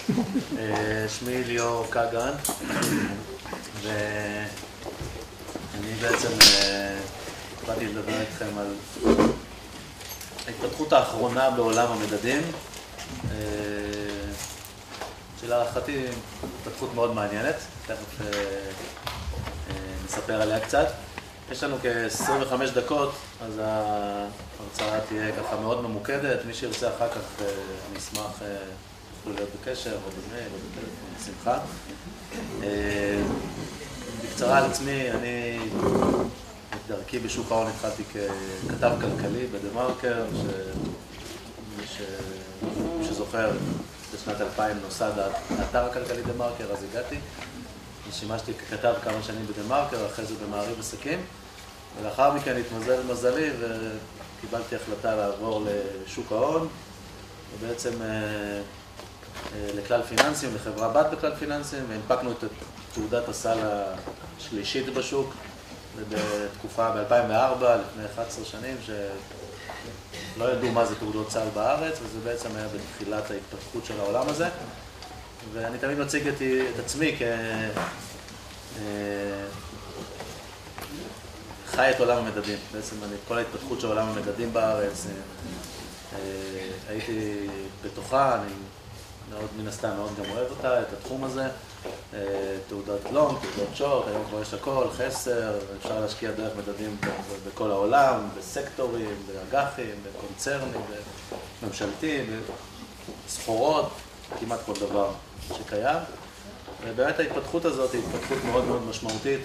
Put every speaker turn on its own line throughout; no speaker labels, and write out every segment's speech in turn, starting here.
שמי ליאור קגן, ואני בעצם באתי לדבר איתכם על ההתפתחות האחרונה בעולם המדדים, שלהערכתי התפתחות מאוד מעניינת, תכף נספר עליה קצת. יש לנו כ-25 דקות, אז ההרצאה תהיה ככה מאוד ממוקדת. מי שירצה אחר כך, אני אשמח להיות בקשר, או במייל, או בטלפון, בשמחה. בקצרה על עצמי, אני את דרכי בשוק ההון התחלתי ככתב כלכלי בדה-מרקר, מי שזוכר, בשנת 2000 נוסד האתר הכלכלי דה-מרקר, אז הגעתי. שימשתי ככתב כמה שנים בדה-מרקר, אחרי זה במעריב עסקים, ולאחר מכן התמזל מזלי וקיבלתי החלטה לעבור לשוק ההון, ובעצם לכלל פיננסים, לחברה בת בכלל פיננסים, והנפקנו את תעודת הסל השלישית בשוק, בתקופה ב-2004, לפני 11 שנים, שלא ידעו מה זה תעודות סל בארץ, וזה בעצם היה בתחילת ההתפתחות של העולם הזה. ואני תמיד מציג את עצמי חי את עולם המדדים. בעצם את כל ההתפתחות של עולם המדדים בארץ הייתי בתוכה, אני מאוד מן הסתם מאוד גם אוהב אותה, את התחום הזה. תעודת לונג, תעודת שורט, היום כבר יש הכל, חסר, אפשר להשקיע דרך מדדים בכל העולם, בסקטורים, באג"חים, בקונצרנים, בממשלתיים, בסחורות, כמעט כל דבר שקיים. ובאמת ההתפתחות הזאת היא התפתחות מאוד מאוד משמעותית,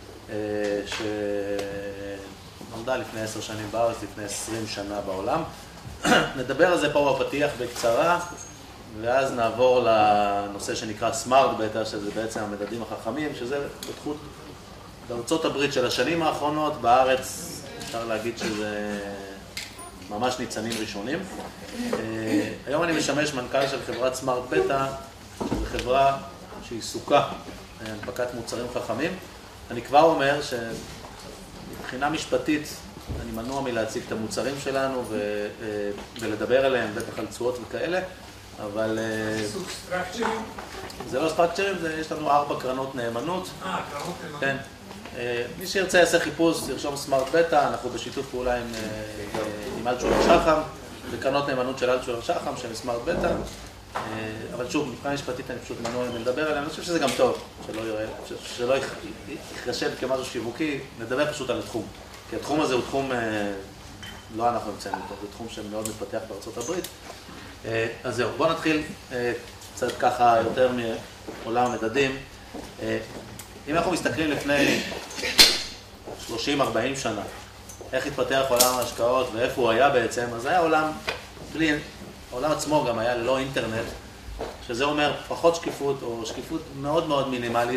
שנולדה לפני 10 שנים בארץ, לפני 20 שנה בעולם. נדבר על זה פה בפתיח בקצרה, ואז נעבור לנושא שנקרא סמארט בטא, שזה בעצם המדדים החכמים, שזה התפתחות בארצות הברית של השנים האחרונות. בארץ אפשר להגיד שזה ממש ניצנים ראשונים. היום אני משמש מנכ"ל של חברת סמארט בטא, שזו חברה שעיסוקה בהנפקת מוצרים חכמים. אני כבר אומר שמבחינה משפטית אני מנוע מלהציג את המוצרים שלנו ולדבר עליהם, בטח על תשואות וכאלה, אבל
סוג סטרקצ'רים?
זה לא סטרקצ'רים, יש לנו 4 קרנות נאמנות.
קרנות נאמנות.
כן. מי שירצה יעשה חיפוש, ירשום סמארט בטא, אנחנו בשיתוף פעולה עם אלטשולר שחם, וקרנות נאמנות של אלטשולר שחם, של סמארט בטא. אבל שוב, מבחינה משפטית אני פשוט מנוע מלדבר עליהם. אני חושב שזה גם טוב, שלא יחשב כמשהו שיווקי, נדבר פשוט על התחום. כי התחום הזה הוא תחום, לא אנחנו המצאנו אותו, זה תחום שמאוד מתפתח בארצות הברית. אז זהו, בואו נתחיל קצת ככה יותר מעולם המדדים. אם אנחנו מסתכלים לפני 30-40 שנה, איך התפתח עולם ההשקעות ואיפה הוא היה בעצם, אז היה עולם, העולם עצמו גם היה ללא אינטרנט, שזה אומר פחות שקיפות או שקיפות מאוד מאוד מינימלית,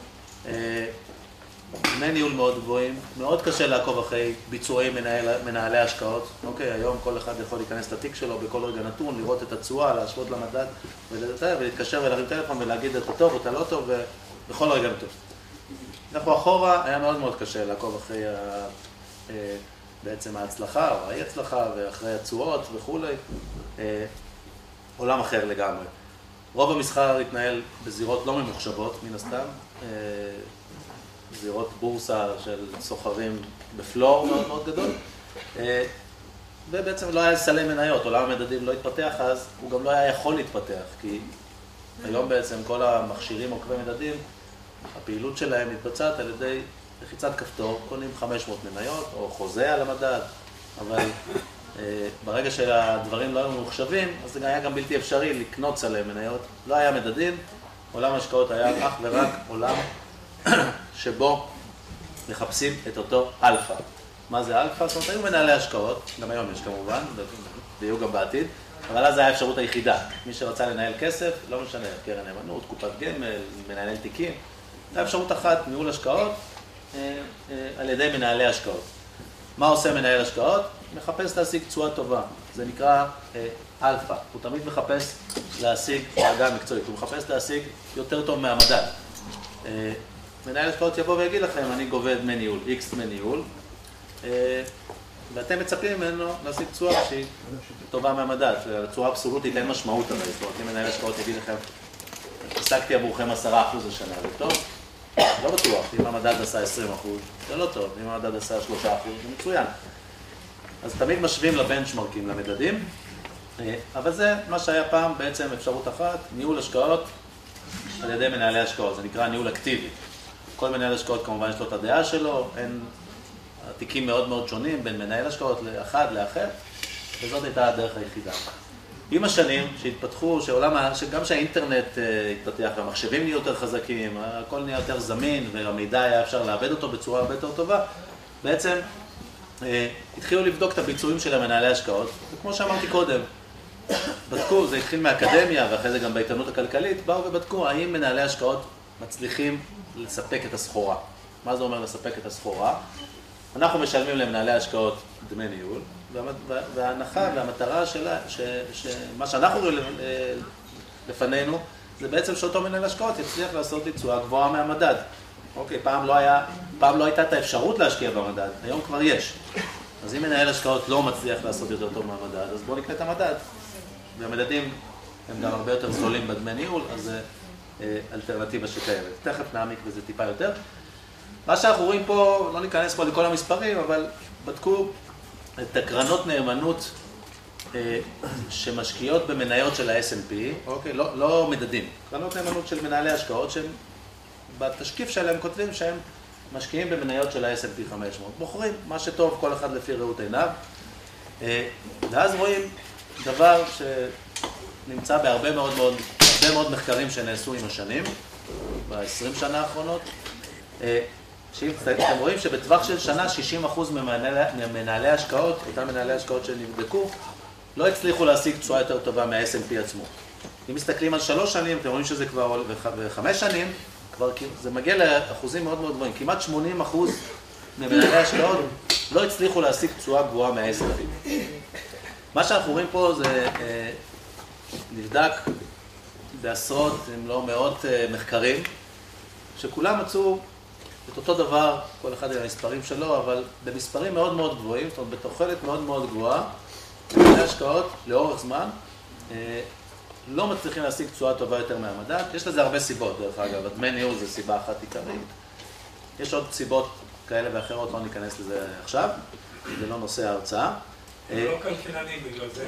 דמי ניהול מאוד גבוהים, מאוד קשה לעקוב אחרי ביצועי מנהלי השקעות. אוקיי, היום כל אחד יכול להיכנס לתיק שלו בכל רגע נתון, לראות את התשואה, להשוות למדד ולהתקשר ולהרים טלפון ולהגיד אתה טוב או אתה לא טוב בכל רגע נתון. אנחנו אחורה, היה מאוד מאוד קשה לעקוב אחרי בעצם ההצלחה או האי הצלחה ואחרי התשואות וכולי. עולם אחר לגמרי. רוב המסחר התנהל בזירות לא ממוחשבות, מן הסתם. זירות בורסה של סוחרים בפלור מאוד מאוד גדול. ובעצם לא היה סלי מניות, עולם המדדים לא התפתח אז, הוא גם לא היה יכול להתפתח, כי היום בעצם כל המכשירים עוקבי מדדים, הפעילות שלהם מתבצעת על ידי לחיצת כפתור, קונים 500 מניות או חוזה על המדד, אבל ברגע שהדברים לא היו ממוחשבים, אז זה היה גם בלתי אפשרי לקנות סלי מניות, לא היה מדדים, עולם ההשקעות היה אך ורק עולם שבו מחפשים את אותו אלפא. מה זה אלפא? זאת אומרת, היו מנהלי השקעות, גם היום יש כמובן, ויהיו גם בעתיד, אבל אז זה היה האפשרות היחידה. מי שרצה לנהל כסף, לא משנה, קרן נאמנות, קופת גמל, מנהלי תיקים, זו האפשרות אחת, ניהול השקעות על ידי מנהלי השקעות. מה עושה מנהל השקעות? מחפש להשיג תשואה טובה. זה נקרא אלפא. הוא תמיד מחפש להשיג, בעגה מקצועית, הוא מחפש להשיג יותר טוב מהמדד. מנהל השקעות יבוא ויגיד לכם, אני גובה דמי ניהול, X דמי ניהול, ואתם מצפים ממנו להשיג תשואה שהיא טובה מהמדד. לתשואה אבסולוטית אין משמעות הרי, זאת אומרת, אם מנהל השקעות יגיד לכם, השגתי עבורכם 10% השנה, זה טוב? לא בטוח, אם המדד עשה 20%, זה לא טוב, אם המדד עשה 3%, זה מצוין. אז תמיד משווים לבנצ'מרקים, למדדים, אבל זה מה שהיה פעם בעצם אפשרות אחת, ניהול השקעות על ידי מנהלי השקעות, זה נקרא ניהול אקטיבי. כל מנהל השקעות כמובן יש לו את הדעה שלו, אין תיקים מאוד מאוד שונים בין מנהל השקעות לאחד לאחר, וזאת הייתה הדרך היחידה. עם השנים שהתפתחו, שגם שהאינטרנט התפתח והמחשבים נהיו יותר חזקים, הכל נהיה יותר זמין והמידע היה אפשר לעבד אותו בצורה הרבה יותר טובה, בעצם התחילו לבדוק את הביצועים של המנהלי השקעות, וכמו שאמרתי קודם, בדקו, זה התחיל מהאקדמיה ואחרי זה גם בעיתונות הכלכלית, באו ובדקו האם מנהלי השקעות מצליחים לספק את הסחורה. מה זה אומר לספק את הסחורה? אנחנו משלמים למנהלי השקעות דמי ניהול, וההנחה והמטרה שלה, שמה שאנחנו רואים לפנינו, זה בעצם שאותו מנהל השקעות יצליח לעשות תשואה גבוהה מהמדד. אוקיי, פעם לא הייתה את האפשרות להשקיע במדד, היום כבר יש. אז אם מנהל השקעות לא מצליח לעשות יותר טוב מהמדד, אז בואו נקנה את המדד. והמדדים הם גם הרבה יותר זולים בדמי ניהול, אז זה אלטרנטיבה שקיימת. תכף נעמיק בזה טיפה יותר. מה שאנחנו רואים פה, לא ניכנס פה לכל המספרים, אבל בדקו את הקרנות נאמנות שמשקיעות במניות של ה-S&P, אוקיי? לא מדדים. קרנות נאמנות של מנהלי השקעות שהם, בתשקיף שלהם כותבים שהם משקיעים במניות של ה-S&P 500. בוחרים מה שטוב, כל אחד לפי ראות עיניו. ואז רואים דבר שנמצא בהרבה מאוד מחקרים שנעשו עם השנים, ב-20 שנה האחרונות. אתם רואים שבטווח של שנה 60% ממנהלי השקעות, אותם מנהלי השקעות שנבדקו, לא הצליחו להשיג תשואה יותר טובה מה-S&P עצמו. אם מסתכלים על 3 שנים, אתם רואים שזה כבר, ו5 שנים, כבר זה מגיע לאחוזים מאוד מאוד גבוהים. כמעט 80% ממנהלי השקעות לא הצליחו להשיג תשואה גבוהה מה-S&P. מה שאנחנו רואים פה זה נבדק בעשרות, אם לא מאות מחקרים, שכולם מצאו את אותו דבר, כל אחד עם המספרים שלו, אבל במספרים מאוד מאוד גבוהים, זאת אומרת, בתוחלת מאוד מאוד גבוהה, מנהלי השקעות לאורך זמן לא מצליחים להשיג תשואה טובה יותר מהמדד. יש לזה הרבה סיבות, דרך אגב, דמי ניהול זה סיבה אחת עיקרית. יש עוד סיבות כאלה ואחרות, לא ניכנס לזה עכשיו, זה לא נושא ההרצאה.
זה לא כלכלני בגלל זה.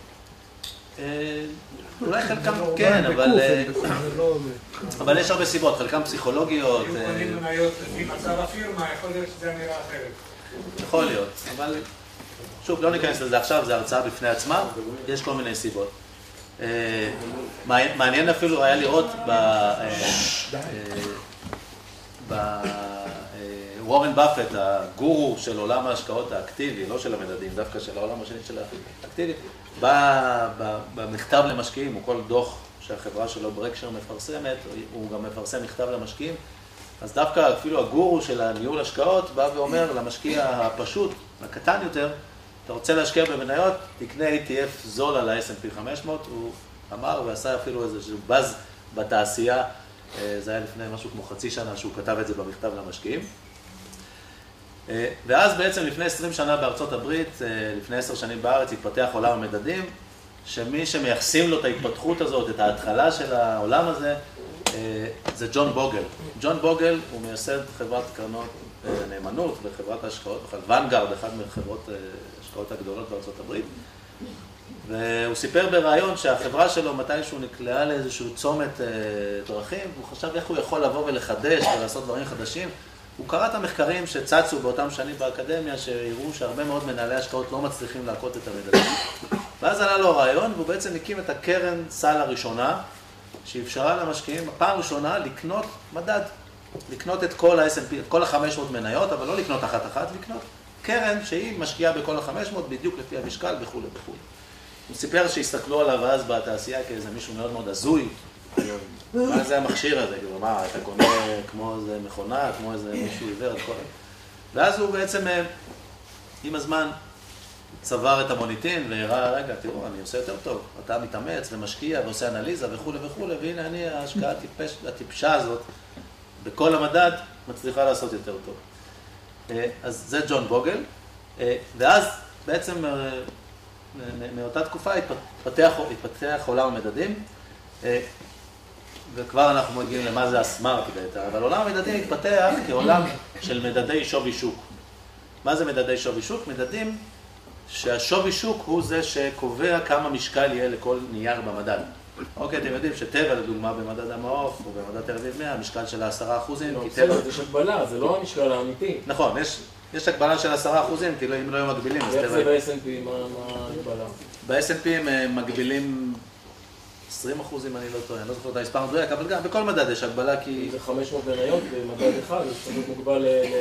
אולי חלקם כן, אבל יש הרבה סיבות, חלקם פסיכולוגיות.
אם קונים מניות לפי מצב הפירמה, יכול להיות שזה נראה אחרת.
יכול להיות, אבל שוב, לא ניכנס לזה עכשיו, זה הרצאה בפני עצמה, יש כל מיני סיבות. מעניין אפילו היה לראות וורן באפט, הגורו של עולם ההשקעות האקטיבי, לא של המדדים, דווקא של העולם השני של האקטיבי, במכתב למשקיעים, הוא כל דוח שהחברה שלו ברקשר מפרסמת, הוא גם מפרסם מכתב למשקיעים, אז דווקא אפילו הגורו של הניהול השקעות בא ואומר למשקיע הפשוט, הקטן יותר, אתה רוצה להשקיע במניות, תקנה ETF זול על ה-S&P 500, הוא אמר ועשה אפילו איזשהו בז בתעשייה, זה היה לפני משהו כמו חצי שנה שהוא כתב את זה במכתב למשקיעים. ואז בעצם לפני 20 שנה בארצות הברית, לפני 10 שנים בארץ, התפתח עולם המדדים, שמי שמייחסים לו את ההתפתחות הזאת, את ההתחלה של העולם הזה, זה ג'ון בוגל. ג'ון בוגל הוא מייסד חברת קרנות נאמנות וחברת ההשקעות, בכלל ונגארד, אחת מחברות ההשקעות הגדולות בארצות הברית. והוא סיפר ברעיון שהחברה שלו מתישהו נקלעה לאיזשהו צומת דרכים, והוא חשב איך הוא יכול לבוא ולחדש ולעשות דברים חדשים. הוא קרא את המחקרים שצצו באותם שנים באקדמיה, שהראו שהרבה מאוד מנהלי השקעות לא מצליחים להכות את המדדים. ואז עלה לו רעיון, והוא בעצם הקים את הקרן סל הראשונה, שאפשרה למשקיעים בפעם ראשונה לקנות מדד. לקנות את כל ה-S&P, את כל ה-500 מניות, אבל לא לקנות אחת-אחת, לקנות קרן שהיא משקיעה בכל ה-500, בדיוק לפי המשקל וכו' וכו'. הוא סיפר שהסתכלו עליו אז בתעשייה כאיזה מישהו מאוד מאוד הזוי. מה זה המכשיר הזה? כאילו, מה, אתה קונה כמו איזה מכונה, כמו איזה מישהו עיוור את כל... ואז הוא בעצם, עם הזמן, צבר את המוניטין והראה, רגע, תראו, אני עושה יותר טוב. אתה מתאמץ ומשקיע ועושה אנליזה וכו' וכו', והנה אני, ההשקעה הטיפשה הזאת, בכל המדד, מצליחה לעשות יותר טוב. אז זה ג'ון בוגל, ואז בעצם מאותה תקופה התפתח עולם המדדים, וכבר אנחנו מגיעים למה זה הסמארט בטא, אבל עולם המדדים התפתח כעולם של מדדי שווי שוק. מה זה מדדי שווי שוק? מדדים שהשווי שוק הוא זה שקובע כמה משקל יהיה לכל נייר במדד. אוקיי, אתם יודעים שטבע, לדוגמה, במדד המעוף או במדד תל אביב 100, המשקל של 10%,
לא, בסדר, יש הגבלה, זה לא המשקל האמיתי.
נכון, יש הגבלה של 10%, כי אם לא היו מגבילים, אז
איך
טבע...
זה ב-S&P, מה ההגבלה?
ב-S&P הם מגבילים 20%, אם אני לא טועה, אני לא זוכר את המספר המדויק, אבל גם בכל מדד יש הגבלה כי...
זה 500 מניות במדד אחד, זה צריך להיות מוגבל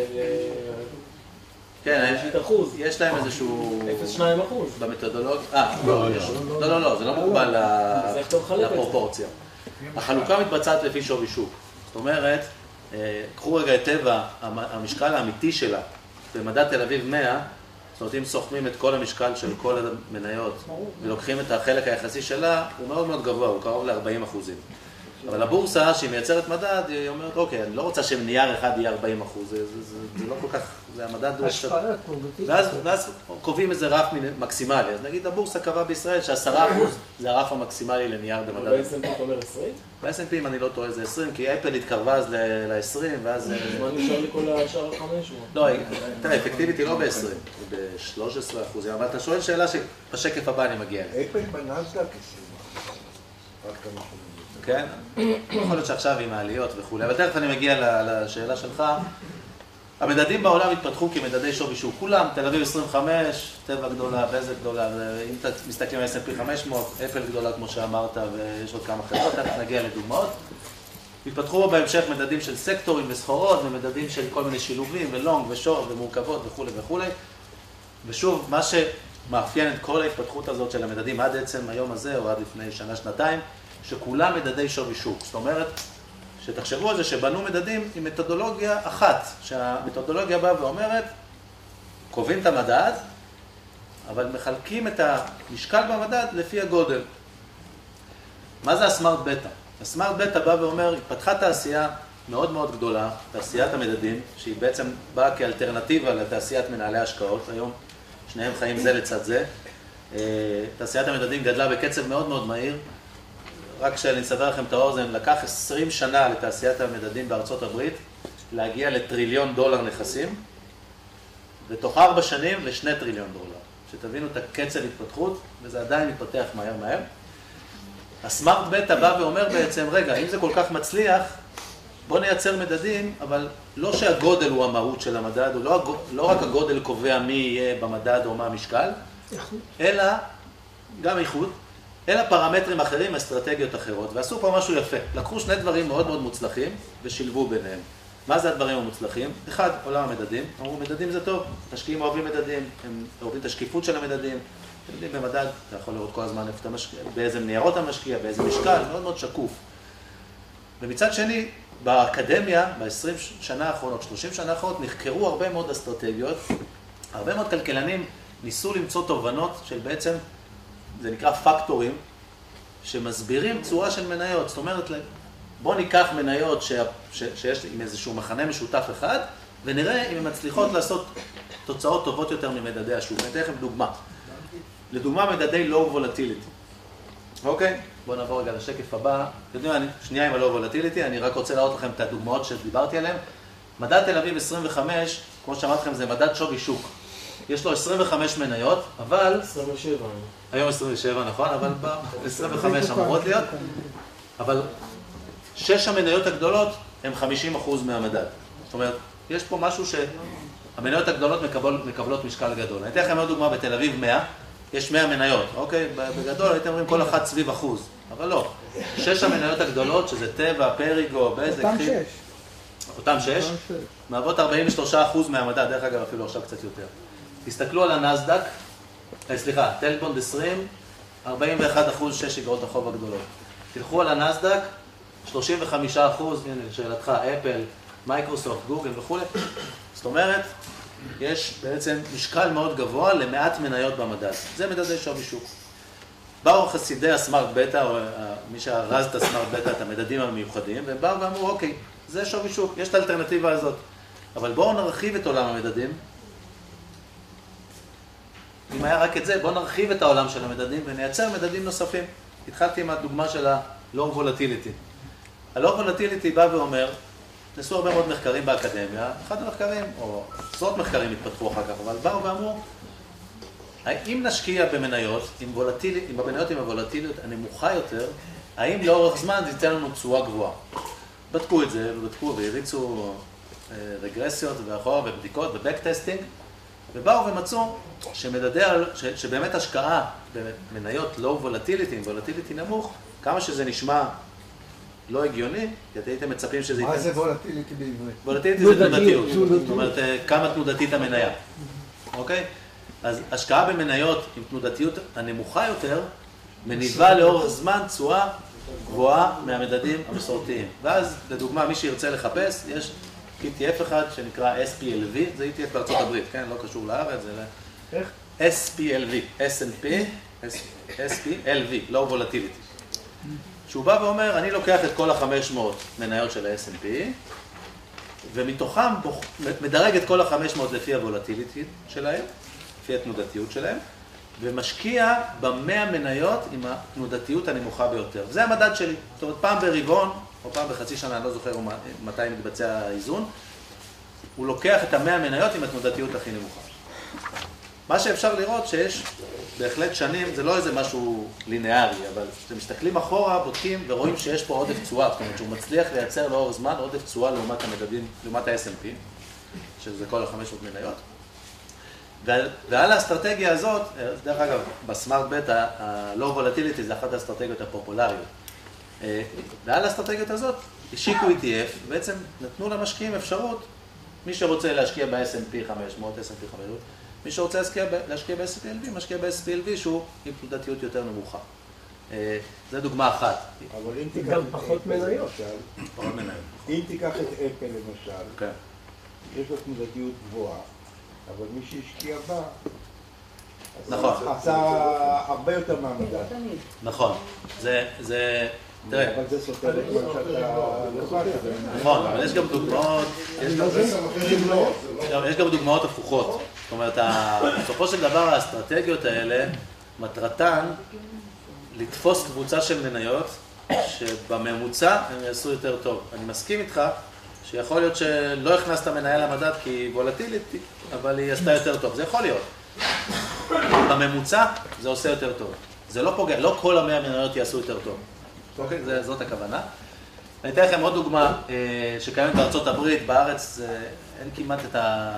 כן,
50%.
יש להם איזשהו...
0.2%.
במתודולוגיה... לא, זה לא מוגבל לפרופורציה. החלוקה מתבצעת לפי שווי שוק. זאת אומרת, קחו רגע את טבע, המשקל האמיתי שלה במדד תל אביב 100, זאת אומרת, אם סוכמים את כל המשקל של כל המניות ולוקחים את החלק היחסי שלה, הוא מאוד מאוד גבוה, הוא קרוב ל-40%. אבל הבורסה, שהיא מייצרת מדד, היא אומרת, אוקיי, אני לא רוצה שנייר אחד יהיה 40%, זה לא כל כך, זה המדד... ואז קובעים איזה רף מקסימלי. אז נגיד, הבורסה קבעה בישראל ש10% זה הרף המקסימלי לנייר במדד.
ב-S&P אתה אומר 20?
ב-S&P, אם אני לא טועה, זה 20, כי אפל התקרבה אז ל-20, ואז...
מה נשאר לכל השאר 500?
לא, תראה, אפקטיבית היא לא ב-20, היא ב-13%. אבל אתה שואל שאלה שבשקף הבא אני מגיע אליה.
אפל בנאסד"ק 20%.
כן? יכול להיות שעכשיו עם העליות וכו', אבל תכף אני מגיע לשאלה שלך. המדדים בעולם התפתחו כמדדי שווי שוק. כולם, תל אביב 25, טבע גדולה, בזק גדולה, אם אתה מסתכלים על S&P 500, אפל גדולה כמו שאמרת, ויש עוד כמה חברות, תכף נגיע לדוגמאות. התפתחו בהמשך מדדים של סקטורים וסחורות, ומדדים של כל מיני שילובים, ולונג ושורט ומורכבות וכו' וכו'. ושוב, מה שמאפיין את כל ההתפתחות הזאת של המדדים עד עצם היום הזה, או עד לפני שנה-שנתיים, שכולם מדדי שווי שוק. זאת אומרת, שתחשבו על זה שבנו מדדים עם מתודולוגיה אחת, שהמתודולוגיה באה ואומרת, קובעים את המדד, אבל מחלקים את המשקל במדד לפי הגודל. מה זה הסמארט בטא? הסמארט בטא בא ואומר, התפתחה תעשייה מאוד מאוד גדולה, תעשיית המדדים, שהיא בעצם באה כאלטרנטיבה לתעשיית מנהלי השקעות, היום שניהם חיים זה לצד זה. תעשיית המדדים גדלה בקצב מאוד מאוד מהיר, רק כשאני אסבר לכם את האוזן, לקח 20 שנה לתעשיית המדדים בארצות הברית, להגיע לטריליון דולר נכסים, ותוך 4 שנים ל2 טריליון דולר. שתבינו את הקצב התפתחות, וזה עדיין מתפתח מהר מהר. הסמארט בטא בא ואומר בעצם, רגע, אם זה כל כך מצליח, בוא נייצר מדדים, אבל לא שהגודל הוא המהות של המדד, או לא רק הגודל קובע מי יהיה במדד או מה המשקל, אלא, גם איכות, אלא פרמטרים אחרים, אסטרטגיות אחרות, ועשו פה משהו יפה. לקחו שני דברים מאוד מאוד מוצלחים ושילבו ביניהם. מה זה הדברים המוצלחים? אחד, עולם המדדים. אמרו, מדדים זה טוב, משקיעים אוהבים מדדים, הם אוהבים את השקיפות של המדדים. אתם יודעים, במדד אתה יכול לראות כל הזמן איפה אתה משקיע, באיזה ניירות אתה משקיע, באיזה משקל, מאוד מאוד שקוף. ומצד שני, באקדמיה, ב-20 שנה האחרונות, 30 שנה האחרונות, נחקרו הרבה מאוד אסטרטגיות, הרבה מאוד כלכלנים ניסו למצוא תובנות של בעצם, זה נקרא פקטורים, שמסבירים צורה של מניות. זאת אומרת, בוא ניקח מניות שיש עם איזשהו מחנה משותף אחד, ונראה אם הן מצליחות לעשות תוצאות טובות יותר ממדדי השוק. אני אתן לכם דוגמה. לדוגמה, מדדי low volatility. אוקיי? בואו נעבור רגע לשקף הבא. יודעים, שנייה עם ה-low volatility, אני רק רוצה להראות לכם את הדוגמאות שדיברתי עליהן. מדד תל אביב 25, כמו שאמרתי לכם, זה מדד שווי שוק. יש לו 25 מניות, אבל...
27.
היום 27, נכון, אבל ב-25 אמורות להיות. אבל 6 המניות הגדולות הן 50% מהמדד. זאת אומרת, יש פה משהו שהמניות הגדולות מקבלות משקל גדול. אני אתן לכם עוד דוגמה, בתל אביב 100, יש 100 מניות, אוקיי? בגדול הייתם אומרים כל אחת סביב אחוז, אבל לא. 6 המניות הגדולות, שזה טבע, פריגו, בזק, אותם 6, מהוות 43% מהמדד, דרך אגב אפילו עכשיו קצת יותר. תסתכלו על הנסדק, סליחה, טלבונד 20, 41%, 6 אגרות החוב הגדולות. תלכו על הנסדק, 35%, הנה לשאלתך, אפל, מייקרוסופט, גוגל וכו'. זאת אומרת, יש בעצם משקל מאוד גבוה למעט מניות במדד. זה מדדי שווי שוק. באו חסידי הסמארט בטא, או מי שהרז את הסמארט בטא, את המדדים המיוחדים, והם באו ואמרו, אוקיי, זה שווי שוק, יש את האלטרנטיבה הזאת. אבל בואו נרחיב את עולם המדדים. אם היה רק את זה, בואו נרחיב את העולם של המדדים ונייצר מדדים נוספים. התחלתי עם הדוגמה של ה-low volatility. הלא וולטיליטי בא ואומר, נעשו הרבה מאוד מחקרים באקדמיה, אחד המחקרים, או עשרות מחקרים התפתחו אחר כך, אבל באו ואמרו, אם נשקיע במניות, עם המניות עם הוולטיליות הנמוכה יותר, האם לאורך זמן זה ייתן לנו תשואה גבוהה? בדקו את זה, ובדקו והריצו רגרסיות ואחורה ובדיקות ובק-טסטינג, ובאו ומצאו שבאמת השקעה במניות לא וולטיליטי, עם וולטיליטי נמוך, כמה שזה נשמע לא הגיוני, כי אתם הייתם מצפים שזה ייתן...
מה זה וולטיליטי בעברית?
וולטיליטי זה תנודתיות, זאת אומרת, כמה תנודתית המניה, אוקיי? אז השקעה במניות עם תנודתיות הנמוכה יותר, מניבה לאורך זמן תשואה גבוהה מהמדדים המסורתיים. ואז, לדוגמה, מי שירצה לחפש, יש ETF אחד שנקרא SPLV, זה ETF בארצות הברית, כן? לא קשור לארץ, זה...
איך?
SPLV, S&P, SPLV, לא וולטיליטי. שהוא בא ואומר, אני לוקח את כל ה-500 מניות של ה-S&P, ומתוכם מדרג את כל ה-500 לפי הוולטיליטי שלהם, לפי התנודתיות שלהם, ומשקיע ב100 מניות עם התנודתיות הנמוכה ביותר. זה המדד שלי. זאת אומרת, פעם ברבעון, או פעם בחצי שנה, אני לא זוכר מתי מתבצע האיזון, הוא לוקח את ה100 מניות עם התנודתיות הכי נמוכה. מה שאפשר לראות שיש בהחלט שנים, זה לא איזה משהו לינארי, אבל כשאתם מסתכלים אחורה, בודקים ורואים שיש פה עודף תשואה, זאת אומרת שהוא מצליח לייצר לאורך זמן עודף תשואה לעומת המדדים, לעומת ה-S&P, שזה כל ה-500 מניות. ועל האסטרטגיה הזאת, דרך אגב, בסמארט בט, ה-Low Volatility זה אחת האסטרטגיות הפופולריות. ועל האסטרטגיות הזאת, השיקו ETF, בעצם נתנו למשקיעים אפשרות, מי שרוצה להשקיע ב-S&P 500, S&P 500, מי שרוצה להשקיע ב-SPLV, משקיע ב-SPLV שהוא עם תנודתיות יותר נמוכה. זו דוגמה אחת.
אבל אם תיקח...
גם פחות מניות.
פחות מניות.
אם תיקח את אפל למשל,
כן.
יש לו תנודתיות גבוהה, אבל מי שהשקיע בה,
נכון.
עשה הרבה יותר מהמדד.
נכון. זה... תראה.
אבל זה סותר את מה שאתה לבד.
נכון, אבל יש גם דוגמאות... יש גם דוגמאות הפוכות. זאת אומרת, בסופו של דבר האסטרטגיות האלה, מטרתן לתפוס קבוצה של מניות שבממוצע הם יעשו יותר טוב. אני מסכים איתך שיכול להיות שלא הכנסת מניה למדד כי היא וולטילית, אבל היא עשתה יותר טוב. זה יכול להיות. בממוצע זה עושה יותר טוב. זה לא פוגע, לא כל 100 מניות יעשו יותר טוב. אוקיי, זאת הכוונה. אני אתן לכם עוד דוגמה שקיימת בארצות הברית, בארץ אין כמעט את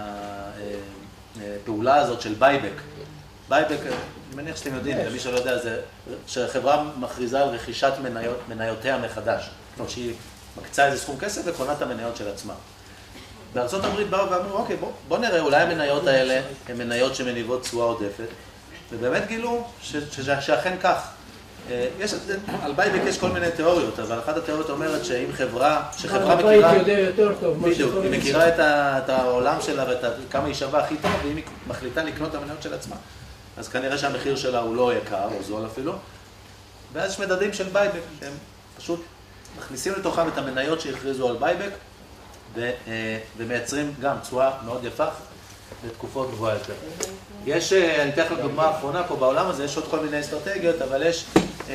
הפעולה הזאת של בייבק. בייבק, אני מניח שאתם יודעים, למי שלא יודע, זה שחברה מכריזה על רכישת מניותיה מחדש. זאת אומרת שהיא מקצה איזה סכום כסף וקונה את המניות של עצמה. בארצות הברית באו ואמרו, אוקיי, בוא נראה, אולי המניות האלה הן מניות שמניבות תשואה עודפת, ובאמת גילו שאכן כך. על בייבק יש כל מיני תיאוריות, אבל אחת התיאוריות אומרת שאם שחברה מכירה, בדיוק, היא מכירה את העולם שלה וכמה היא שווה הכי טוב, ואם היא מחליטה לקנות את המניות של עצמה, אז כנראה שהמחיר שלה הוא לא יקר, או זול אפילו, ואז יש מדדים של בייבק, שהם פשוט מכניסים לתוכם את המניות שהכריזו על בייבק, ומייצרים גם תשואה מאוד יפה לתקופות גבוהה יותר. יש, אני אתן לך דוגמה האחרונה פה בעולם הזה, יש עוד כל מיני אסטרטגיות, אבל יש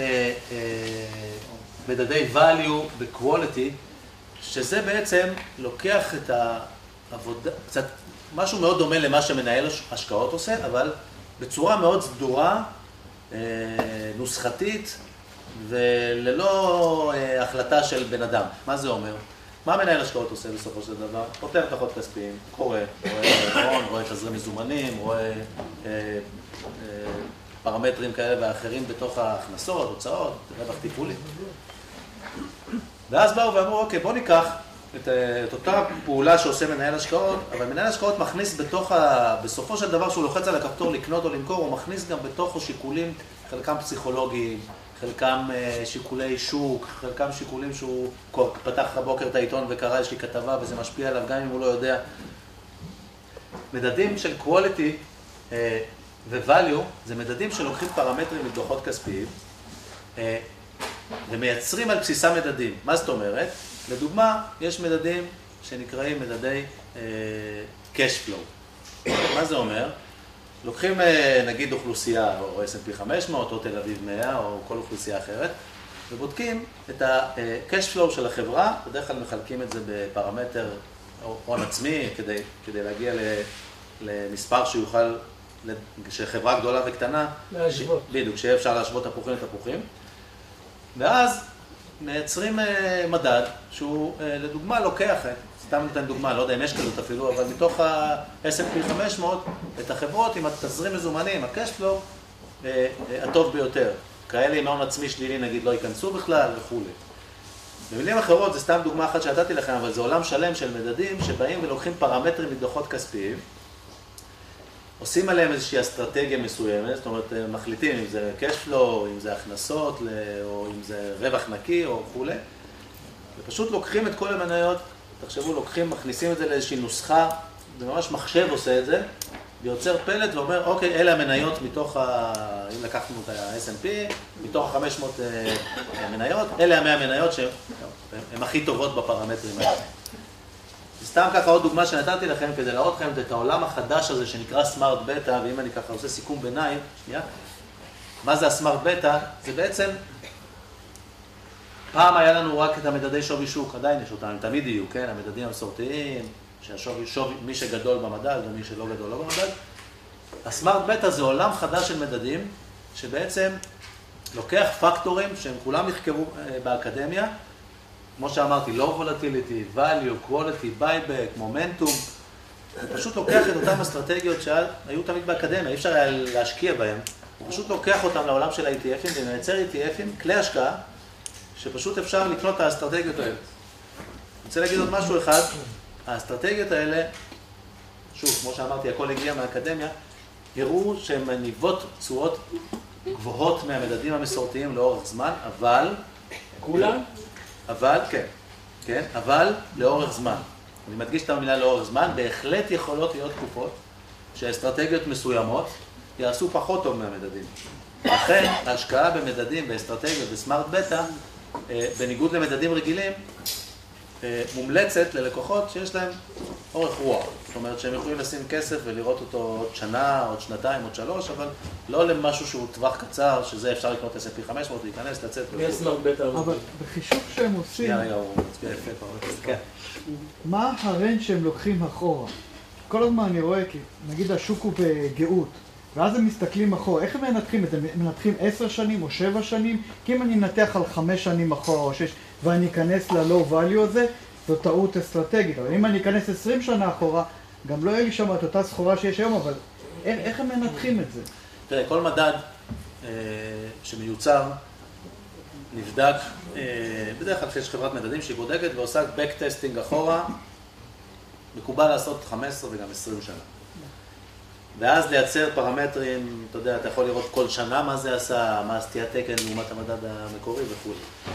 מדדי value ו-quality, שזה בעצם לוקח את העבודה, קצת משהו מאוד דומה למה שמנהל השקעות עושה, אבל בצורה מאוד סדורה, נוסחתית, וללא החלטה של בן אדם. מה זה אומר? מה מנהל השקעות עושה בסופו של דבר? פותר דוחות כספיים, רואה תזרים מזומנים, רואה פרמטרים כאלה ואחרים בתוך ההכנסות, הוצאות, רווח טיפולי. ואז באו ואמרו, אוקיי, בוא ניקח את אותה פעולה שעושה מנהל השקעות, אבל מנהל השקעות מכניס בסופו של דבר שהוא לוחץ על הכפתור לקנות או למכור, הוא מכניס גם בתוכו שיקולים, חלקם פסיכולוגיים, חלקם שיקולי שוק, חלקם שיקולים שהוא פתח הבוקר את העיתון וקרא, יש לי כתבה וזה משפיע עליו גם אם הוא לא יודע. מדדים של quality ו-value זה מדדים שלוקחים פרמטרים מדוחות כספיים ומייצרים על בסיסה מדדים. מה זאת אומרת? לדוגמה, יש מדדים שנקראים מדדי cash flow. מה זה אומר? לוקחים נגיד אוכלוסייה, או S&P 500, או תל אביב 100, או כל אוכלוסייה אחרת, ובודקים את ה-cash flow של החברה, בדרך כלל מחלקים את זה בפרמטר הון עצמי, כדי להגיע למספר שיוכל, שחברה גדולה וקטנה,
להשוות.
בדיוק, שיהיה אפשר להשוות תפוחים לתפוחים. ואז מייצרים מדד שהוא לדוגמה לוקח, סתם ניתן דוגמה, לא יודע אם יש כזאת אפילו, אבל מתוך ה-S&P 500, את החברות עם התזרים מזומנים, ה-cash flow, הטוב ביותר. כאלה עם הון עצמי שלילי נגיד לא ייכנסו בכלל וכו'. במילים אחרות, זה סתם דוגמה אחת שנתתי לכם, אבל זה עולם שלם של מדדים שבאים ולוקחים פרמטרים מדוחות כספיים, עושים עליהם איזושהי אסטרטגיה מסוימת, זאת אומרת, מחליטים אם זה cash flow, אם זה הכנסות, או אם זה רווח נקי או וכו'. ופשוט לוקחים את כל המניות, תחשבו, לוקחים, מכניסים את זה לאיזושהי נוסחה, זה ממש מחשב עושה את זה, ויוצר פלט ואומר, אוקיי, אלה המניות מתוך, אם לקחנו את ה-S&P, מתוך ה-500 מניות, אלה ה-100 מניות שהן הכי טובות בפרמטרים האלה. סתם ככה עוד דוגמה שנתתי לכם כדי להראות לכם את העולם החדש הזה שנקרא סמארט בטא, ואם אני ככה עושה סיכום ביניים, שנייה, מה זה הסמארט בטא? זה בעצם, פעם היה לנו רק את המדדי שווי שוק, עדיין יש אותם, הם תמיד יהיו, כן? המדדים המסורתיים, מי שגדול במדד ומי שלא גדול לא במדד. הסמארט בטא זה עולם חדש של מדדים, שבעצם לוקח פקטורים שהם כולם נחקרו באקדמיה, כמו שאמרתי, low volatility, value, quality, buyback, momentum, הוא פשוט לוקח את אותן אסטרטגיות שהיו תמיד באקדמיה, אי אפשר היה להשקיע בהן, הוא פשוט לוקח אותם לעולם של ה-ETFים ומייצר ETFים, כלי השקעה, שפשוט אפשר לקנות את האסטרטגיות האלה. אני רוצה להגיד עוד משהו אחד, האסטרטגיות האלה, שוב, כמו שאמרתי, הכל הגיע מהאקדמיה, הראו שהן מניבות תשואות גבוהות מהמדדים המסורתיים לאורך זמן, אבל...
כולם?
אבל, כן, אבל לאורך זמן. אני מדגיש את המילה לאורך זמן, בהחלט יכולות להיות תקופות שאסטרטגיות מסוימות יעשו פחות טוב מהמדדים. לכן, ההשקעה במדדים, באסטרטגיות, בסמארט בטא, בניגוד למדדים רגילים, מומלצת ללקוחות שיש להם אורך רוח. זאת אומרת שהם יכולים לשים כסף ולראות אותו עוד שנה, עוד שנתיים, עוד 3, אבל לא למשהו שהוא טווח קצר, שזה אפשר לקנות S&P 500, להיכנס, לצאת.
מי הסמארט בטא?
אבל בחישוב שהם עושים,
שנייה רגע, הוא מצביע יפה כבר. כן.
מה הרנט שהם לוקחים אחורה? כל הזמן אני רואה, כי נגיד השוק הוא בגאות, ואז הם מסתכלים אחורה. איך הם מנתחים את זה? מנתחים 10 שנים או 7 שנים? כי אם אני נתח על 5 שנים אחורה או 6, ואני אכנס ל-low value הזה, זו טעות אסטרטגית. אבל אם אני אכנס 20 שנה אחורה, גם לא יהיה לי שם את אותה סחורה שיש היום, אבל איך הם מנתחים את זה?
תראה, כל מדד שמיוצר נבדק, בדרך כלל כשיש חברת מדדים שהיא בודקת ועושה back-testing אחורה, מקובל לעשות 15 וגם 20 שנה. ואז לייצר פרמטרים, אתה יודע, אתה יכול לראות כל שנה מה זה עשה, מה סטיית תקן לעומת המדד המקורי וכו'.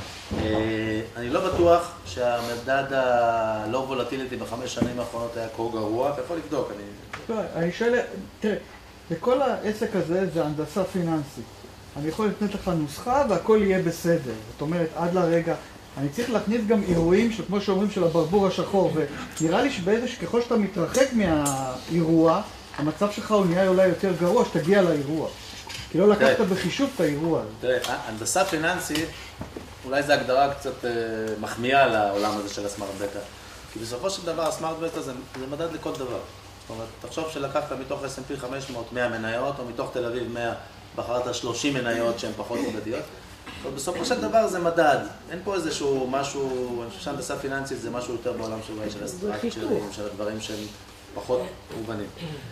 אני לא בטוח שהמדד ה-low volatility ב5 שנים האחרונות היה כה גרוע, אתה יכול לבדוק,
אני שואל, תראה, בכל העסק הזה זה הנדסה פיננסית. אני יכול לתת לך נוסחה והכל יהיה בסדר. זאת אומרת, עד לרגע, אני צריך להכניס גם אירועים כמו שאומרים של הברבור השחור, ונראה לי ככל שאתה מתרחק מהאירוע, המצב שלך הוא נהיה אולי יותר גרוע שתגיע לאירוע. כי לא לקחת בחישוב את האירוע.
תראה, הנדסה פיננסית, אולי זו הגדרה קצת מחמיאה לעולם הזה של הסמארט בטא. כי בסופו של דבר הסמארט בטא זה מדד לכל דבר. זאת אומרת, תחשוב שלקחת מתוך S&P 500 100 מניות, או מתוך תל אביב 100, בחרת 30 מניות שהן פחות מדדיות. בסופו של דבר זה מדד. אין פה איזשהו משהו, אני חושב שהנדסה פיננסית זה משהו יותר בעולם של הסטרקצ'רים, של הדברים שהם פחות מובנים.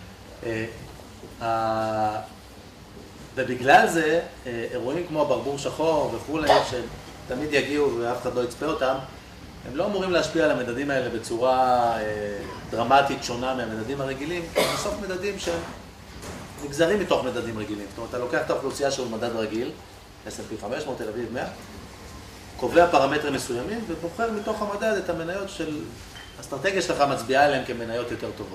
ובגלל זה, אירועים כמו הברבור שחור וכולי, שתמיד יגיעו ואף אחד לא יצפה אותם, הם לא אמורים להשפיע על המדדים האלה בצורה דרמטית שונה מהמדדים הרגילים, כי בסוף מדדים שנגזרים מתוך מדדים רגילים. זאת אומרת, אתה לוקח את האוכלוסייה של מדד רגיל, S&P 500, תל אביב 100, קובע פרמטרים מסוימים ובוחר מתוך המדד את המניות של האסטרטגיה שלך מצביעה עליהן כמניות יותר טובות.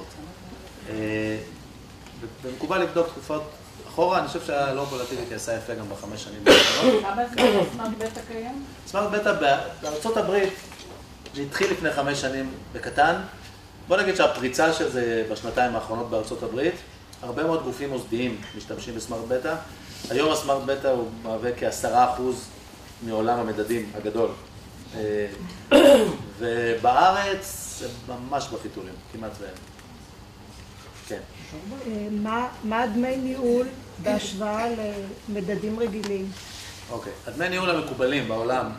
ומקובל לבדוק תקופות אחורה, אני חושב שהלואו וולטיליטי עשה יפה גם ב5 שנים.
כמה זמן סמארט בטא קיים?
סמארט בטא בארצות הברית, זה התחיל לפני 5 שנים בקטן. בוא נגיד שהפריצה של זה בשנתיים האחרונות בארצות הברית, הרבה מאוד גופים מוסדיים משתמשים בסמארט בטא. היום הסמארט בטא הוא מהווה כ10% מעולם המדדים הגדול. ובארץ זה ממש בחיתולים, כמעט ואין. כן.
מה דמי ניהול בהשוואה למדדים רגילים?
אוקיי, הדמי ניהול המקובלים בעולם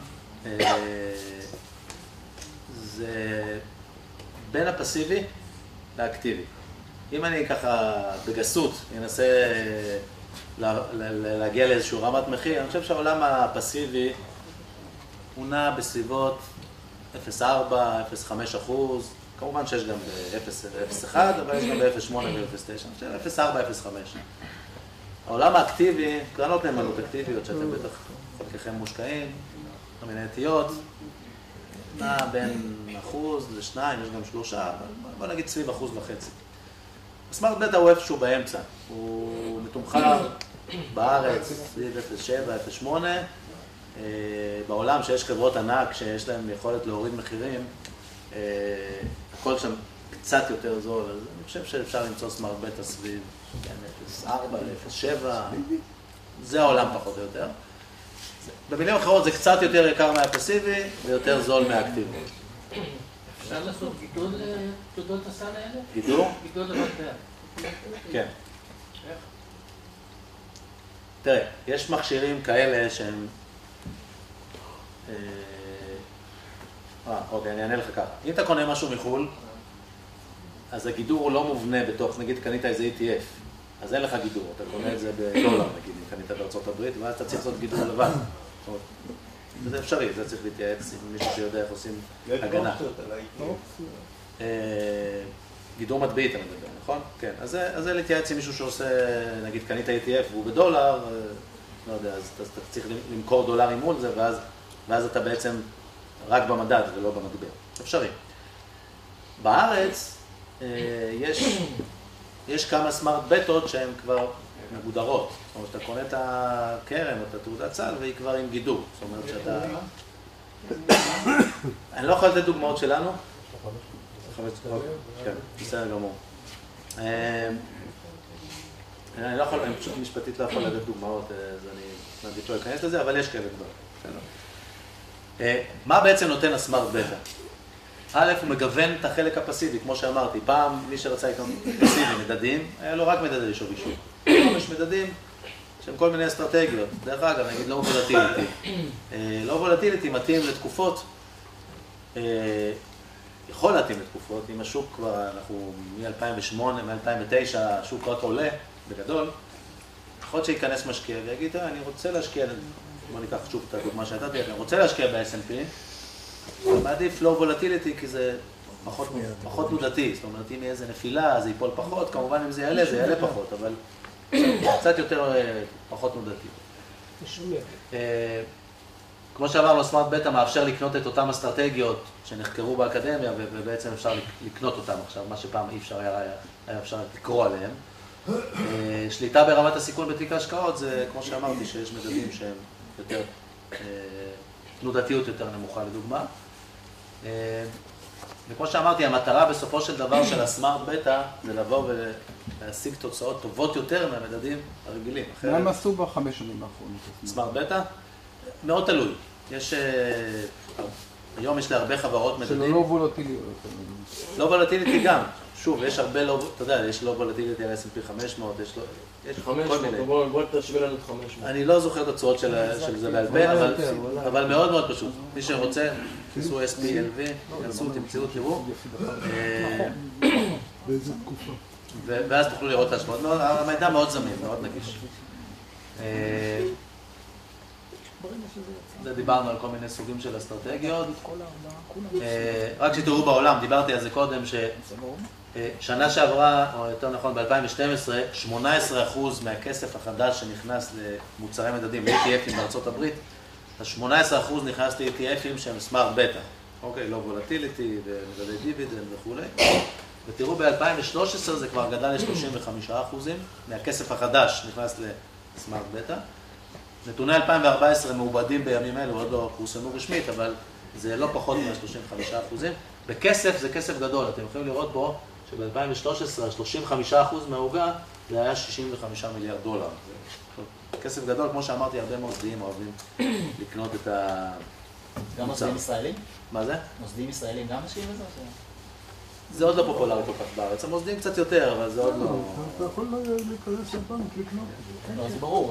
זה בין הפסיבי לאקטיבי. אם אני ככה בגסות אנסה להגיע לאיזשהו רמת מחיר, אני חושב שהעולם הפסיבי הוא נע בסביבות 0.4, 0.5%, כמובן שיש גם ב-0.1, אבל יש גם ב-0.8 ו-0.9, 0.4, 0.5. העולם האקטיבי, קרנות נאמנות אקטיביות, שאתם בטח חלקכם מושקעים, כל מיני נטיות, נע בין 1% ל-2, יש גם 3%, בוא נגיד סביב 1.5%. הסמארט בטא הוא איפשהו באמצע, הוא מתומחר בארץ, סביב 0.7, 0.8, בעולם שיש חברות ענק שיש להם יכולת להוריד מחירים, הכל שם קצת יותר זול, אז אני חושב שאפשר למצוא סמארט בטא סביב 0.4 ל-0.7, זה העולם פחות או יותר. במילים אחרות זה קצת יותר יקר מהפסיבי ויותר זול מהאקטיבי.
אפשר לעשות גידול לתעודות הסל האלה?
גידור?
גידול למטבע.
כן. תראה, יש מכשירים כאלה שהם... אוקיי, אני אענה לך ככה. אם אתה קונה משהו מחו"ל, אז הגידור הוא לא מובנה בתוך, נגיד קנית איזה ETF, אז אין לך גידור, אתה קונה את זה בדולר, נגיד, אם קנית בארצות הברית, ואז אתה צריך לעשות גידור לבד. זה אפשרי, זה צריך להתייעץ עם מישהו שיודע איך עושים הגנה. גידור מטבעי אתה מדבר, נכון? כן, אז זה להתייעץ עם מישהו שעושה, נגיד קנית ETF והוא בדולר, לא יודע, אז אתה צריך למכור דולרים מול זה, ואז אתה בעצם רק במדד ולא במטבע. אפשרי. בארץ יש כמה סמארט בטות שהן כבר מגודרות. זאת אומרת, אתה קונה את הקרן או את התעודת סל והיא כבר עם גידור. זאת אומרת שאתה... אני לא יכול לתת דוגמאות שלנו. כן, בסדר גמור. אני לא יכול, אני פשוט משפטית לא יכול לתת דוגמאות, אז אני מעדיף לא להיכנס לזה, אבל יש כאלה כבר. מה בעצם נותן הסמארט בטא? א', הוא מגוון את החלק הפסיבי, כמו שאמרתי. פעם, מי שרצה לקנות פסיבי, מדדים, היה לו רק מדדי שווי שוק. היום יש מדדים שהם כל מיני אסטרטגיות. דרך אגב, נגיד לא וולטיליטי. לא וולטיליטי מתאים לתקופות, יכול להתאים לתקופות. אם השוק כבר, אנחנו מ-2008, מ-2009, השוק רק עולה בגדול, יכול להיות שייכנס משקיע ויגיד, אני רוצה להשקיע, בוא ניקח שוב את הדוגמה שנתתי, אני רוצה להשקיע ב-S&P, אני מעדיף לא וולטיליטי כי זה פחות תנודתי, זאת אומרת אם יהיה איזה נפילה זה ייפול פחות, כמובן אם זה יעלה פחות, אבל קצת יותר פחות תנודתי. כמו שאמרנו, סמארט בטא מאפשר לקנות את אותם אסטרטגיות שנחקרו באקדמיה ובעצם אפשר לקנות אותם עכשיו, מה שפעם אי אפשר היה אפשר לקרוא עליהם. שליטה ברמת הסיכון בתיק ההשקעות זה כמו שאמרתי שיש מדדים שהם יותר תנודתיות יותר נמוכה לדוגמה. וכמו שאמרתי, המטרה בסופו של דבר של הסמארט בטא זה לבוא ולהשיג תוצאות טובות יותר מהמדדים הרגילים.
מה הם עשו בחמש שנים האחרונות?
סמארט בטא? מאוד תלוי. היום יש להרבה חברות מדדים.
שלא וולטיליות.
לא וולטיליטי גם. שוב, יש הרבה לא, אתה יודע, יש לא וולטיליטי על S&P 500, יש כל מיני.
בוא תשווה לנו את 500.
אני לא זוכר את התשואות של זה בעל פה, אבל מאוד מאוד פשוט. מי שרוצה, תעשו SPLV, תנסו, תמצאו, תראו.
באיזה תקופה?
ואז תוכלו לראות את ההשפעות. המידע מאוד זמין, מאוד נגיש. זה דיברנו על כל מיני סוגים של אסטרטגיות. רק שתראו בעולם, דיברתי על זה קודם, ששנה שעברה, או יותר נכון ב-2012, 18% מהכסף החדש שנכנס למוצרי מדדים, ל-ETFים בארצות הברית, אז 18% נכנס ל-ETFים שהם סמארט בטא. אוקיי, לא וולטיליטי ומדדי דיבידנד וכו'. ותראו ב-2013 זה כבר גדל ל-35% מהכסף החדש נכנס לסמארט בטא. נתוני 2014 מעובדים בימים אלו, עוד לא פורסמו רשמית, אבל זה לא פחות מ-35%. בכסף זה כסף גדול, אתם יכולים לראות פה שב-2013, 35% מהעוגה זה היה $65 מיליארד. כסף גדול, כמו שאמרתי, הרבה מוסדיים אוהבים לקנות את
גם מוסדים ישראלים?
מה זה?
מוסדים ישראלים גם משקיעים בזה?
זה עוד לא פופולרי כל כך בארץ, המוסדים קצת יותר, אבל זה עוד לא...
אתה יכול להיכנס לבנק לקנות.
לא, זה ברור.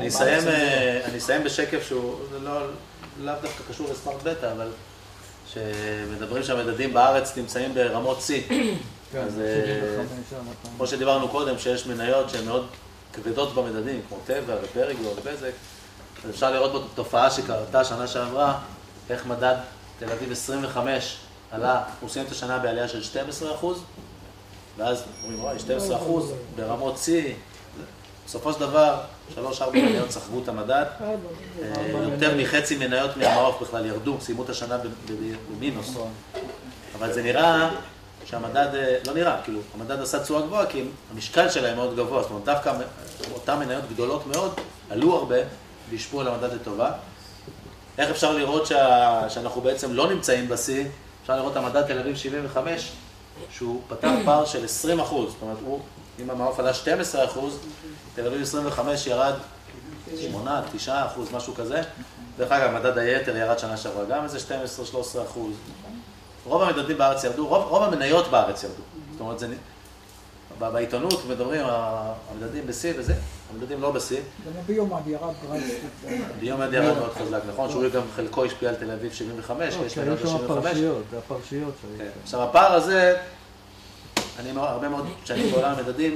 אני אסיים בשקף שהוא לאו דווקא קשור לסמארט בטא, אבל שמדברים שהמדדים בארץ נמצאים ברמות C. אז כמו שדיברנו קודם, שיש מניות שהן מאוד כבדות במדדים, כמו טבע ופריגו ובזק, אז אפשר לראות בתופעה שקרתה שנה שעברה, איך מדד תל אביב 25 עלה, הוא סיים את השנה בעלייה של 12%, ואז אומרים, וואי, 12% ברמות C, בסופו של דבר, 3-4 מניות סחבו את המדד, יותר מחצי מניות מהמעוף בכלל ירדו, סיימו את השנה במינוס. אבל זה נראה שהמדד, לא נראה, כאילו, המדד עשה תשואה גבוהה, כי המשקל שלהם מאוד גבוה, זאת אומרת, דווקא אותן מניות גדולות מאוד, עלו הרבה, והשפעו על המדד לטובה. איך אפשר לראות שאנחנו בעצם לא נמצאים ב-C? אפשר לראות המדד תל אביב 75, שהוא פתח פער של 20%, זאת אומרת, אם המעוף עלה 12%, תל אביב 25 ירד 8-9%, משהו כזה. דרך אגב, מדד היתר ירד שנה שעברה גם איזה 12-13%. רוב המדדים בארץ ירדו, רוב המניות בארץ ירדו. זאת אומרת, בעיתונות מדברים, המדדים ב-C וזה, המדדים לא ב-C.
גם ביומד ירד דרסטית.
ביומד ירד מאוד חזק, נכון? שהוא גם חלקו השפיע על תל אביב 75, כי יש מניות ב-75.
זה הפרשיות.
עכשיו, הפער הזה, אני הרבה מאוד, כשאני בעולם המדדים,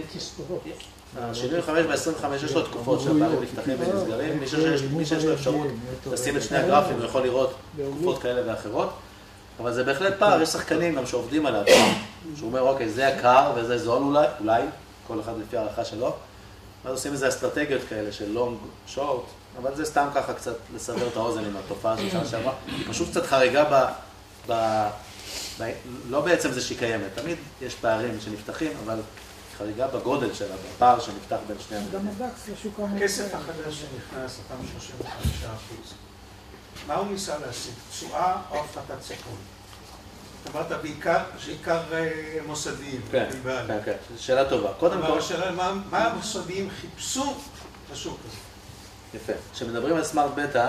ה-75 וה-25 יש לו תקופות שהפערים נפתחים ונסגרים, מי שיש לו אפשרות לשים את שני הגרפים, הוא יכול לראות תקופות כאלה ואחרות, אבל זה בהחלט פער, יש שחקנים גם שעובדים עליו, שהוא אומר, אוקיי, זה יקר וזה זול אולי, כל אחד לפי הערכה שלו, ואז עושים איזה אסטרטגיות כאלה של לונג, שורט, אבל זה סתם ככה קצת לסבר את האוזן עם התופעה של שנה שעברה, היא פשוט קצת חריגה לא בעצם זה שהיא קיימת, תמיד יש פערים שנפתחים, אבל חריגה בגודל שלה, בפער שנפתח בין שני המדדים.
גם הדקס לשוק המוצא.
הכסף החדש שנכנס, אותם 35%, מה הוא ניסה להשיג? תשואה או הפחתת סיכון? זאת אומרת, בעיקר מוסדיים.
כן, כן, שאלה טובה. קודם כל...
השאלה, מה המוסדיים חיפשו בשוק הזה?
יפה. כשמדברים על סמארט בטא,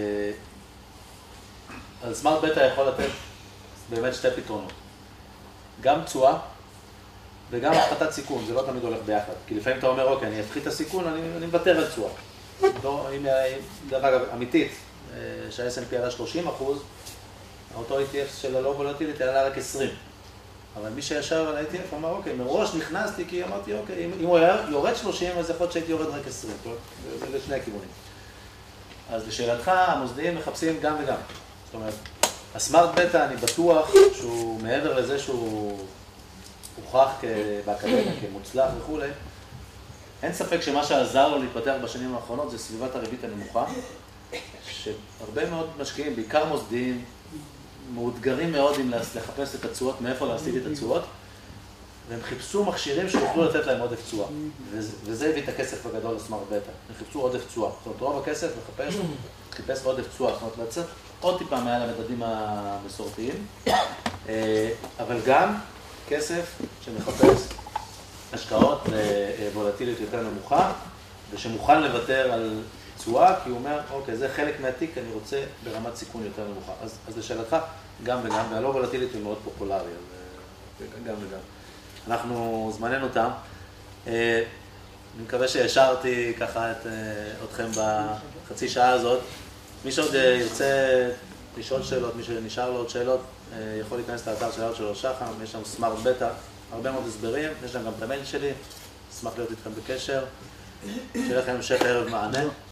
אז סמארט בטא יכול לתת באמת שתי פתרונות. גם תשואה וגם הפחתת סיכון, זה לא תמיד הולך ביחד. כי לפעמים אתה אומר, אוקיי, אני אפחית את הסיכון, אני מוותר על תשואה. דרך אגב, אמיתית, שה-S&P עלה 30%, אותו ETF של הלא וולטיליטי עלה רק 20. אבל מי שישב על ה-ETF אמר, אוקיי, מראש נכנסתי כי אמרתי, אוקיי, אם הוא יורד 30, אז יכול להיות שהייתי יורד רק 20. זה לשני הכיוונים. אז לשאלתך, המוסדיים מחפשים גם וגם. זאת אומרת, הסמארט בטא, אני בטוח שהוא מעבר לזה שהוא הוכח באקדמיה כמוצלח וכו', אין ספק שמה שעזר לו להתפתח בשנים האחרונות זה סביבת הריבית הנמוכה, שהרבה מאוד משקיעים, בעיקר מוסדיים, מאותגרים מאוד עם לחפש את התשואות, מאיפה להשיג את התשואות, והם חיפשו מכשירים שיוכלו לתת להם עודף תשואה. וזה הביא את הכסף הגדול לסמארט בטא. הם חיפשו עודף תשואה. זאת אומרת, רוב הכסף חיפש עודף תשואה. זאת אומרת, לצאת עוד טיפה מעל המדדים המסורתיים, אבל גם כסף שמחפש השקעות וולטיליות יותר נמוכה, ושמוכן לוותר על תשואה, כי הוא אומר, אוקיי, זה חלק מהתיק, אני רוצה ברמת סיכון יותר נמוכה. אז לשאלתך, גם וגם, והלא וולטיליות היא מאוד פופולרי, אז גם וגם. אנחנו זמננו תם. אני מקווה שהשארתי ככה אתכם בחצי שעה הזאת. מי שעוד ירצה לשאול שאלות, מי שנשאר לו עוד שאלות, יכול להיכנס לאתר של ארצ'ל שחם, יש שם סמארט בטא, הרבה מאוד הסברים, יש שם גם את המייל שלי, אשמח להיות איתכם בקשר. שיהיה לכם המשך ערב מענה.